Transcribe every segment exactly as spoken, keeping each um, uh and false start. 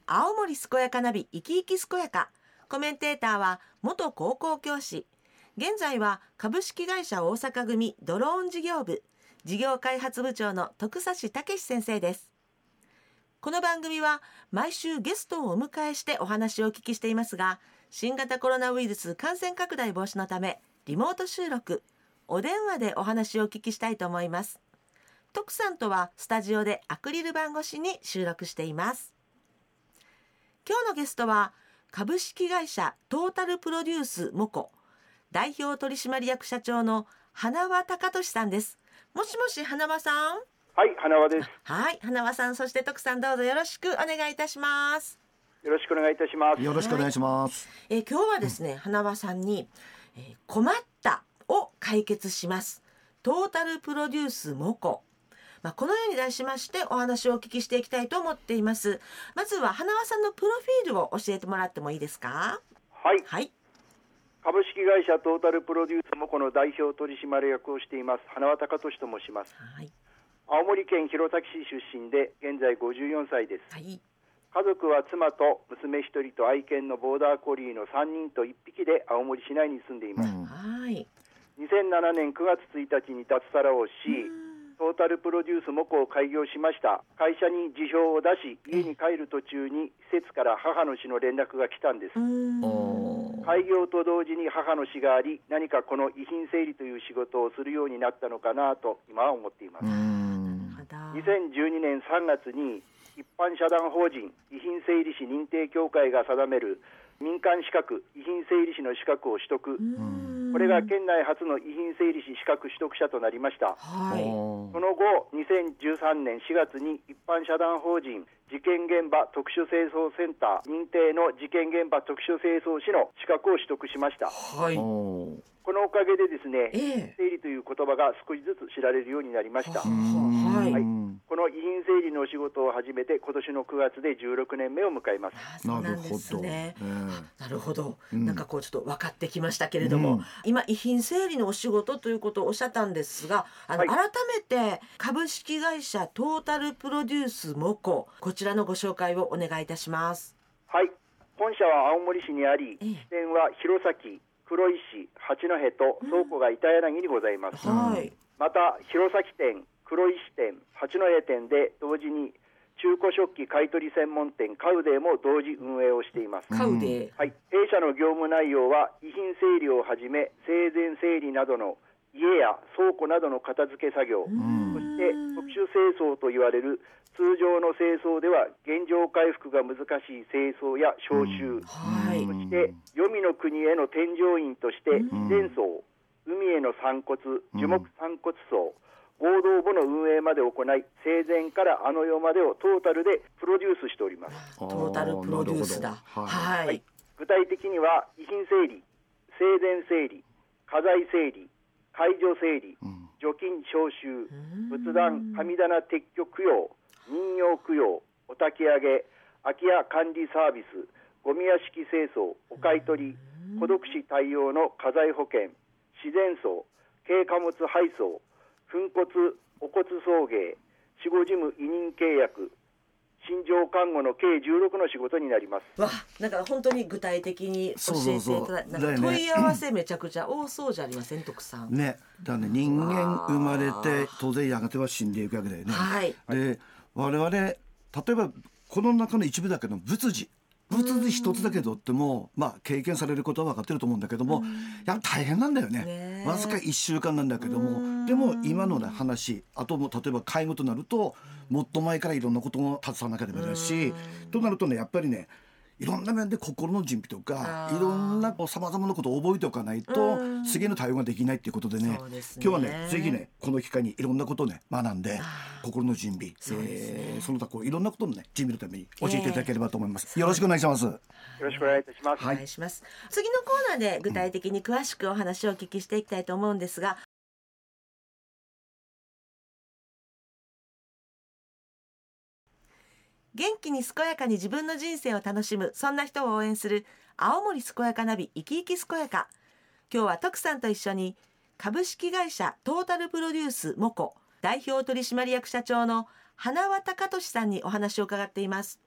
青森健やかナビ生き生き健やか。コメンテーターは元高校教師、現在は株式会社大阪組ドローン事業部事業開発部長の徳指武先生です。この番組は毎週ゲストをお迎えしてお話をお聞きしていますが、新型コロナウイルス感染拡大防止のためリモート収録、お電話でお話をお聞きしたいと思います。徳さんとはスタジオでアクリル板越しに収録しています。今日のゲストは株式会社トータルプロデュースモコ代表取締役社長の花輪貴俊さんです。もしもし花輪さん。 はい、花輪です。 はい、花輪さん、そして徳さん、どうぞよろしくお願いいたします。 よろしくお願いいたします。 よろしくお願いします。 はい、えー、今日はですね、うん、花輪さんに、えー、困ったを解決しますトータルプロデュースモコ、まあ、このように題しましてお話をお聞きしていきたいと思っています。まずは花輪さんのプロフィールを教えてもらってもいいですか。 はい、 はい、 株式会社トータルプロデュースモコの代表取締役をしています花輪貴俊と申します。はい、青森県弘前市出身で現在ごじゅうよんさいです。はい、家族は妻と娘ひとりと愛犬のボーダーコリーのさんにんといっぴきで青森市内に住んでいます。うん、はい、にせんななねんくがつついたちに脱サラをし、トータルプロデュースモコを開業しました。会社に辞表を出し、家に帰る途中に施設から母の死の連絡が来たんです。開業と同時に母の死があり、何かこの遺品整理という仕事をするようになったのかなと今は思っています。にせんじゅうにねんさんがつに一般社団法人遺品整理士認定協会が定める民間資格遺品整理士の資格を取得。これが県内初の遺品整理士資格取得者となりました。はい、その後にせんじゅうさんねんしがつに一般社団法人事件現場特殊清掃センター認定の事件現場特殊清掃士の資格を取得しました。はい、このおかげでですね、えー、整理という言葉が少しずつ知られるようになりました。はい、はい、この遺品整理のお仕事を始めて今年のくがつでじゅうろくねんめを迎えます。 そうなんですね。なるほど、うん、なんかこうちょっと分かってきましたけれども、うん、今遺品整理のお仕事ということをおっしゃったんですが、あの、はい、改めて株式会社トータルプロデュースモコ、こちらのご紹介をお願いいたします。 はい、本社は青森市にあり、ええ、支店は弘前、黒石、八戸と倉庫が板柳にございます。うん、はい、また弘前店、黒石店、八戸店で同時に中古食器買取専門店カウデーも同時運営をしています。 カウデー、 はい、弊社の業務内容は遺品整理をはじめ生前整理などの家や倉庫などの片付け作業、そして特殊清掃といわれる通常の清掃では原状回復が難しい清掃や消臭、はい、そして黄泉の国への添乗員として自然葬、海への散骨、樹木散骨葬、合同墓の運営まで行い、生前からあの世までをトータルでプロデュースしております。 トータルプロデュースだ。はい、はい、 具体的には遺品整理、生前整理、家財整理、介助整理、除菌消臭、仏壇神棚撤去供養、人形供養、お焚き上げ、空き家管理サービス、ゴミ屋敷清掃、お買い取り、孤独死対応の家財保険、自然葬、軽貨物配送、粉骨お骨送迎、死後事務委任契約、心情看護の計じゅうろくの仕事になります。 わ、なんか本当に具体的に教えていただいて、なんか問い合わせめちゃくちゃ多そうじゃありません、徳さん。 ね、だね、人間生まれて当然やがては死んでいくわけだよね。はい、で我々例えばこの中の一部だけど仏事仏事一つだけどっても、まあ、経験されることは分かってると思うんだけども、やっぱ大変なんだよね。わずかいっしゅうかんなんだけども、でも今の、ね、話、あとも例えば介護となるともっと前からいろんなことを携わらなきゃダメだし、となるとね、やっぱりね、いろんな面で心の準備とかいろんなさまざまなことを覚えておかないと次の対応ができないっていうことで ね, でね今日はね、ぜひね、この機会にいろんなことをね学んで、心の準備、そ, えー、その他こういろんなことのね準備のために教えていただければと思います。えー、よろしくお願いします。よろしくお願いいたします。 お願いします。次のコーナーで具体的に詳しくお話をお聞きしていきたいと思うんですが、元気に健やかに自分の人生を楽しむ、そんな人を応援する青森健やかナビ生き生き健やか。今日は徳さんと一緒に株式会社トータルプロデュースモコ代表取締役社長の花輪貴俊さんにお話を伺っています。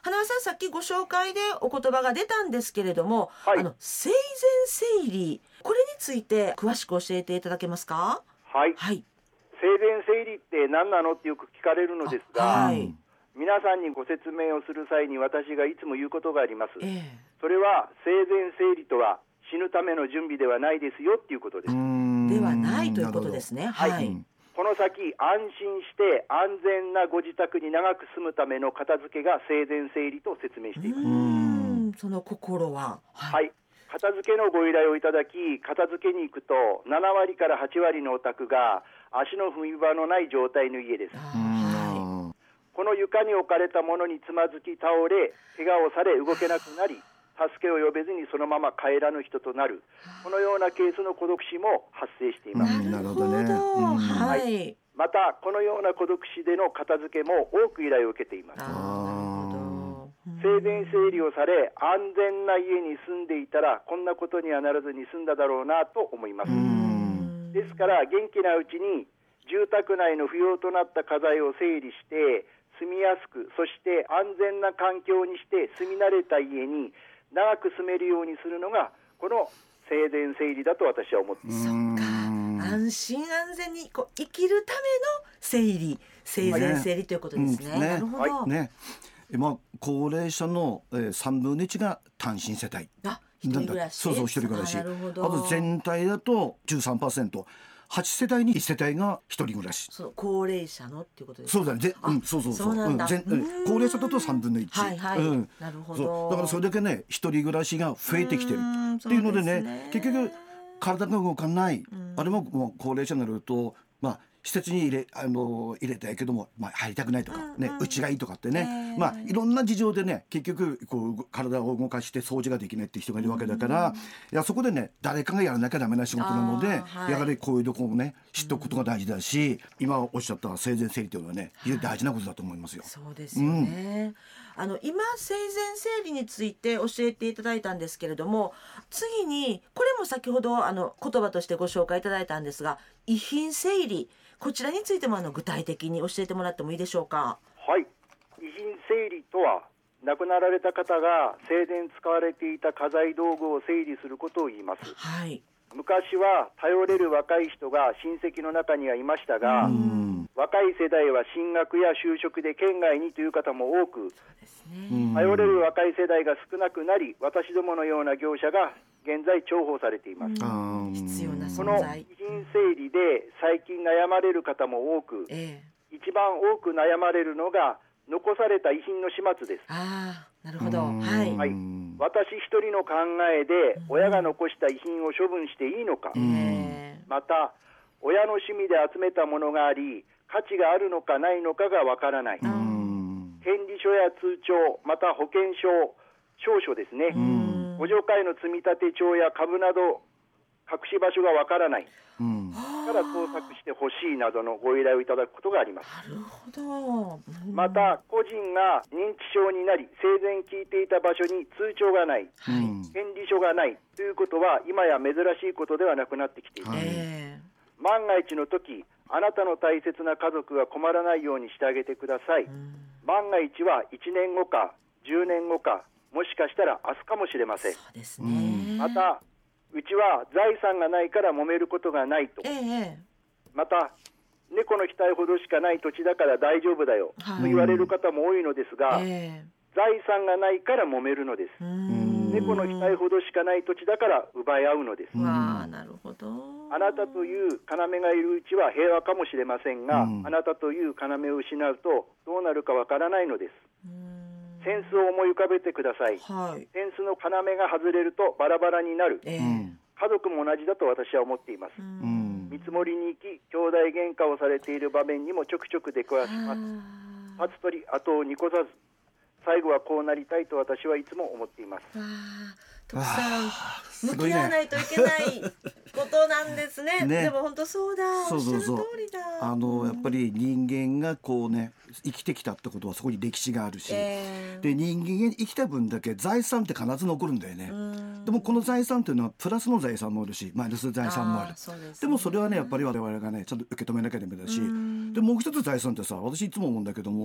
花輪さん、さっきご紹介でお言葉が出たんですけれども、はい、あの生前整理、これについて詳しく教えていただけますか？ はい、はい、生前整理って何なのってよく聞かれるのですが、はい、皆さんにご説明をする際に私がいつも言うことがあります、えー、それは生前整理とは死ぬための準備ではないですよっていうことです。 ではないということですね。はい、はい、 この先安心して安全なご自宅に長く住むための片付けが生前整理と説明しています。うーん、その心は、 はい、はい、片付けのご依頼をいただき片付けに行くとななわりからはちわりのお宅が足の踏み場のない状態の家です。はい、この床に置かれたものにつまずき倒れ怪我をされ動けなくなり助けを呼べずにそのまま帰らぬ人となる、このようなケースの孤独死も発生しています。 なるほどね。はい、 またこのような孤独死での片付けも多く依頼を受けています。生前整理をされ安全な家に住んでいたらこんなことにはならずに済んだだろうなと思います。ですから元気なうちに住宅内の不要となった家財を整理して住みやすく、そして安全な環境にして住み慣れた家に長く住めるようにするのがこの生前整理だと私は思っています。 そっか、安心安全にこう生きるための整理、生前整理ということですね。ね、なるほど、はい、ね、 今高齢者の、えー、さんぶんのいちが単身世帯。 あ、一人暮らし。 そうそう、一人暮らし。あ、 なるほど。 あと全体だと じゅうさんパーセント、はちせたいにいち世帯が一人暮らし。 そう、高齢者のっていうことですか？ そうだね。うん、そうそうそう。そうなんだ。うん、高齢者だとさんぶんのいち。 はいはい。うん、なるほど。 そうだからそれだけね一人暮らしが増えてきてるっていうのでね、ね、結局体が動かない、あれももう高齢者になるとまあ施設に入れ、あの入れたいけども、まあ、入りたくないとか、うんうん、ね、うちがいいとかってね、えー、まあいろんな事情でね結局こう体を動かして掃除ができないって人がいるわけだから、うん、いやそこでね誰かがやらなきゃダメな仕事なので、はい、やはりこういうところをね知っておくことが大事だし、うん、今おっしゃった生前整理というのはね非常に大事なことだと思いますよ。 そうですよね、うん、あの今生前整理について教えていただいたんですけれども、次にこれも先ほどあの言葉としてご紹介いただいたんですが、遺品整理、こちらについてもあの具体的に教えてもらってもいいでしょうか？ はい、遺品整理とは亡くなられた方が生前使われていた家財道具を整理することを言います。 はい、 昔は頼れる若い人が親戚の中にはいましたが、若い世代は進学や就職で県外にという方も多く、ね、頼れる若い世代が少なくなり私どものような業者が現在重宝されています。 必要な存在。 この遺品整理で最近悩まれる方も多く、ええ、一番多く悩まれるのが残された遺品の始末です。 あー、なるほど、はいはい、私一人の考えで親が残した遺品を処分していいのか、また親の趣味で集めたものがあり価値があるのかないのかがわからない、権利書や通帳、また保険証、証書ですね、互助会の積立帳や株など隠し場所がわからない、うん、から捜索してほしいなどのご依頼をいただくことがあります。 なるほど、 うん、また個人が認知症になり生前聞いていた場所に通帳がない、はい、権利書がないということは今や珍しいことではなくなってきています、えー、万が一の時あなたの大切な家族が困らないようにしてあげてください、うん、万が一はいちねんごかじゅうねんごかもしかしたら明日かもしれません。 そうですね。 またうちは財産がないから揉めることがないと、ええ、また猫の額ほどしかない土地だから大丈夫だよ、はい、と言われる方も多いのですが、ええ、財産がないから揉めるのです。猫の額ほどしかない土地だから奪い合うのです。 わあ、なるほど。 あなたという要がいるうちは平和かもしれませんが、あなたという要を失うとどうなるかわからないのです。扇子を思い浮かべてください、はい、扇子の要が外れるとバラバラになる、えー、家族も同じだと私は思っています。見積もりに行き兄弟喧嘩をされている場面にもちょくちょく出くわします。立つ鳥後を濁さず最後はこうなりたいと私はいつも思っています。 徳さん、向き合わないといけないことなんですね。ね、でも本当そうだ、そうそうそう、おっしゃる通りだ。 あのやっぱり人間がこうね生きてきたってことはそこに歴史があるし、えー、で人間が生きた分だけ財産って必ず残るんだよね。でもこの財産っていうのはプラスの財産もあるしマイナスの財産もある。あ、そうですね。でもそれはねやっぱり我々がねちゃんと受け止めなきゃダメだし、でもう一つ財産ってさ、私いつも思うんだけども、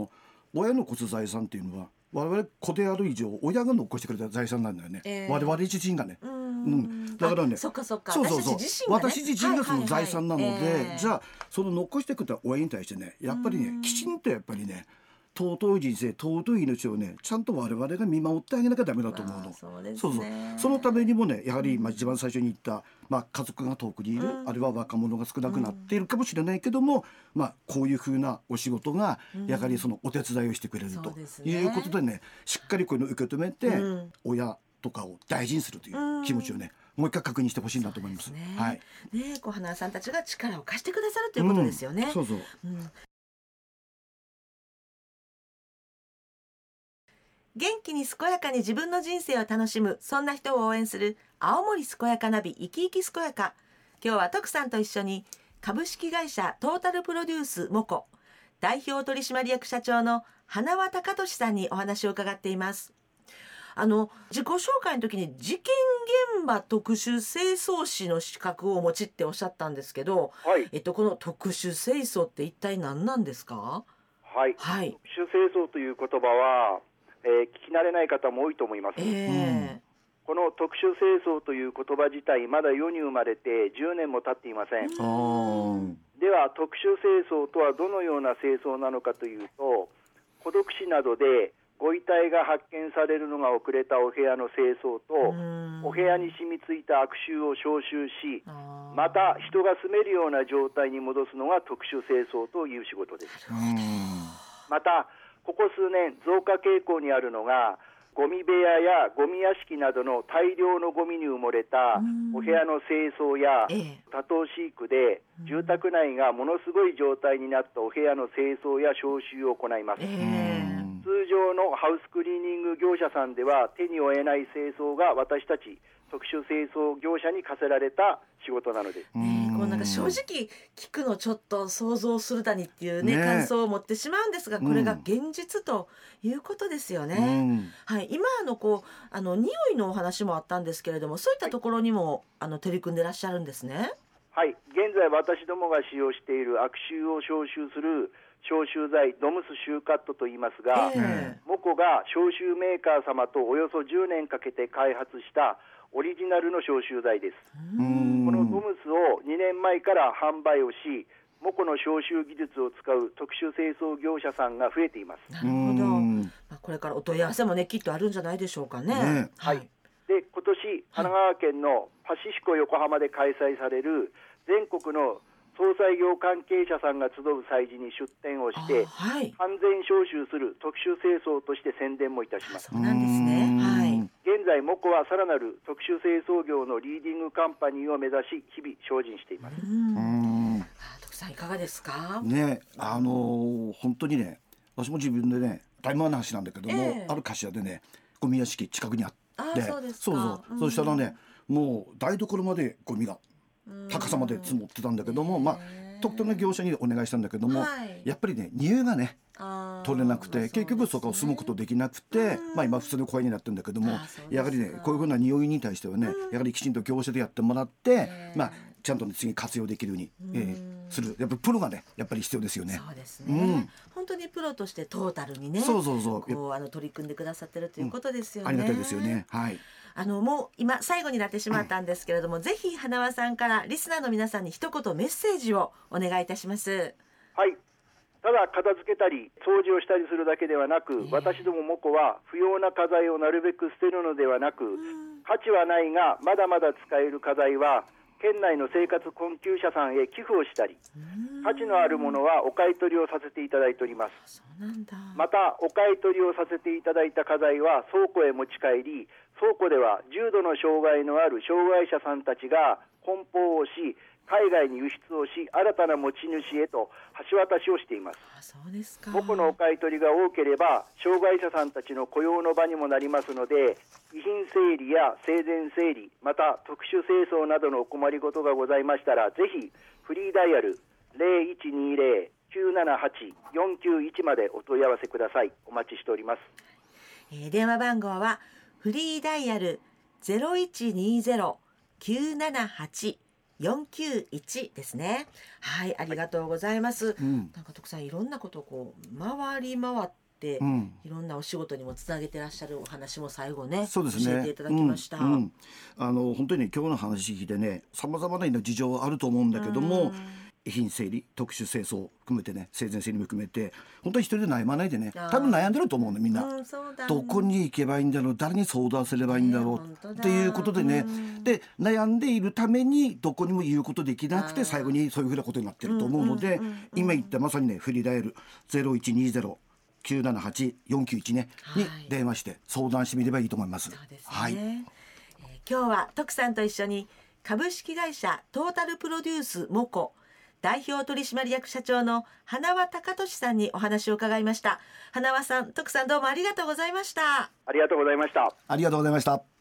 親の骨財産っていうのは我々子である以上親が残してくれた財産なんだよね、えー、我々自身がね、うんうん、だからねそっかそっかそうそうそう私自身がその財産なので、 はいはいはいえー、 じゃあその残してくれた親に対してねやっぱりねきちんとやっぱりね尊い人生尊い命をねちゃんと我々が見守ってあげなきゃダメだと思うの、まあ、そうですね、そうそうそのためにもねやはり、まあ、一番最初に言った、まあ、家族が遠くにいる、うん、あるいは若者が少なくなっているかもしれないけども、うんまあ、こういうふうなお仕事がやはりそのお手伝いをしてくれるということでね、うん、しっかりこういうのを受け止めて、うん、親とかを大事にするという気持ちをね、うん、もう一回確認してほしいなと思います。 ね、 はいね、小花さんたちが力を貸してくださるということですよね、 うん、そうそう、 うん元気に健やかに自分の人生を楽しむそんな人を応援する青森健やかナビ生き生き健やか。今日は徳さんと一緒に株式会社トータルプロデュースモコ代表取締役社長の花輪貴俊さんにお話を伺っています。あの自己紹介の時に事件現場特殊清掃士の資格をお持ちっておっしゃったんですけど、はい、えっと、この特殊清掃って一体何なんですか？ はい、はい、特殊清掃という言葉はえー、聞き慣れない方も多いと思います、えー、この特殊清掃という言葉自体まだ世に生まれてじゅうねんも経っていません。では特殊清掃とはどのような清掃なのかというと、孤独死などでご遺体が発見されるのが遅れたお部屋の清掃と、お部屋に染みついた悪臭を消臭し、また人が住めるような状態に戻すのが特殊清掃という仕事です。またここ数年増加傾向にあるのが、ゴミ部屋やゴミ屋敷などの大量のゴミに埋もれたお部屋の清掃や多頭飼育で住宅内がものすごい状態になったお部屋の清掃や消臭を行います。通常のハウスクリーニング業者さんでは手に負えない清掃が私たち特殊清掃業者に課せられた仕事なのです。 ね、こうなんか正直聞くのちょっと想像するだにっていうね、ね感想を持ってしまうんですが、これが現実ということですよね、うんはい、今あのこうあの匂いのお話もあったんですけれども、そういったところにも、はい、あの取り組んでらっしゃるんですね。 はい、現在私どもが使用している悪臭を消臭する消臭剤ドムスシューカットといいますが、えー、モコが消臭メーカー様とおよそじゅうねんかけて開発したオリジナルの消臭剤です。このドムスをにねんまえから販売をし、モコの消臭技術を使う特殊清掃業者さんが増えています。 なるほど、まあ、これからお問い合わせもねきっとあるんじゃないでしょうかね。ねはい、で今年神奈川県のパシフィコ横浜で開催される全国の総裁業関係者さんが集う祭事に出展をして、はい、完全消臭する特殊清掃として宣伝もいたします。 そうなんですね、はい、 現在モコはさらなる特殊清掃業のリーディングカンパニーを目指し日々精進しています。 うん徳さんいかがですかね。あのー、本当にね私も自分でね大前の話なんだけども、えー、ある柏でねゴミ屋敷近くにあって、 あそうですか。 そうそう、うん、そしたらねもう台所までゴミが高さまで積もってたんだけども、まあ特定の業者にお願いしたんだけども、はい、やっぱりね匂いがね取れなくて、まあね、結局そこを住むことできなくて、まあ、今普通の声になってるんだけども、やはりねこういうふうな匂いに対してはね、うん、やはりきちんと業者でやってもらって、まあ、ちゃんと、ね、次活用できるように、えー、するやっぱりプロがねやっぱり必要ですよね。 そうですね、うん、本当にプロとしてトータルにねそうそうそうこうあの取り組んでくださってるということですよね、 うん、ありがたいですよね。はい、 あのもう今最後になってしまったんですけれども、うん、ぜひ花輪さんからリスナーの皆さんに一言メッセージをお願いいたします。 はい、ただ片付けたり掃除をしたりするだけではなく、私どもモコは不要な家財をなるべく捨てるのではなく、価値はないがまだまだ使える家財は県内の生活困窮者さんへ寄付をしたり、価値のあるものはお買い取りをさせていただいております。 そうなんだ。 またお買い取りをさせていただいた家財は倉庫へ持ち帰り、倉庫では重度の障害のある障害者さんたちが梱包をし海外に輸出をし新たな持ち主へと橋渡しをしています。 あ、そうですか。 モコのお買い取りが多ければ障害者さんたちの雇用の場にもなりますので、遺品整理や生前整理、また特殊清掃などのお困りごとがございましたら、ぜひフリーダイヤル ゼロいちにゼロ きゅうななはち よんきゅういち までお問い合わせください。お待ちしております。 えー、電話番号はフリーダイヤル ゼロいちにゼロ きゅうななはち よんきゅういちですね。はい、ありがとうございます、はい、うん、なんか徳さんいろんなことをこう回り回って、うん、いろんなお仕事にもつなげてらっしゃるお話も最後ね、そうですね、教えていただきました、うんうん、 あの本当に今日の話聞いてね、さまざまな事情あると思うんだけども、遺品整理、特殊清掃含めてね、生前整理も含めて本当に一人で悩まないでね、多分悩んでると思うねみんな、うん、どこに行けばいいんだろう、誰に相談すればいいんだろう、っていうことでね、で悩んでいるためにどこにも言うことできなくて最後にそういうふうなことになってると思うので、うんうんうんうん、今言ったまさにねフリーダイヤル ゼロいちにゼロ きゅうななはち よんきゅういち ね、はい、に電話して相談してみればいいと思います。 そうですね、はい、えー、今日は徳さんと一緒に株式会社トータルプロデュースモコ代表取締役社長の花輪貴俊さんにお話を伺いました。花輪さん、徳さん、どうもありがとうございました。 ありがとうございました。 ありがとうございました。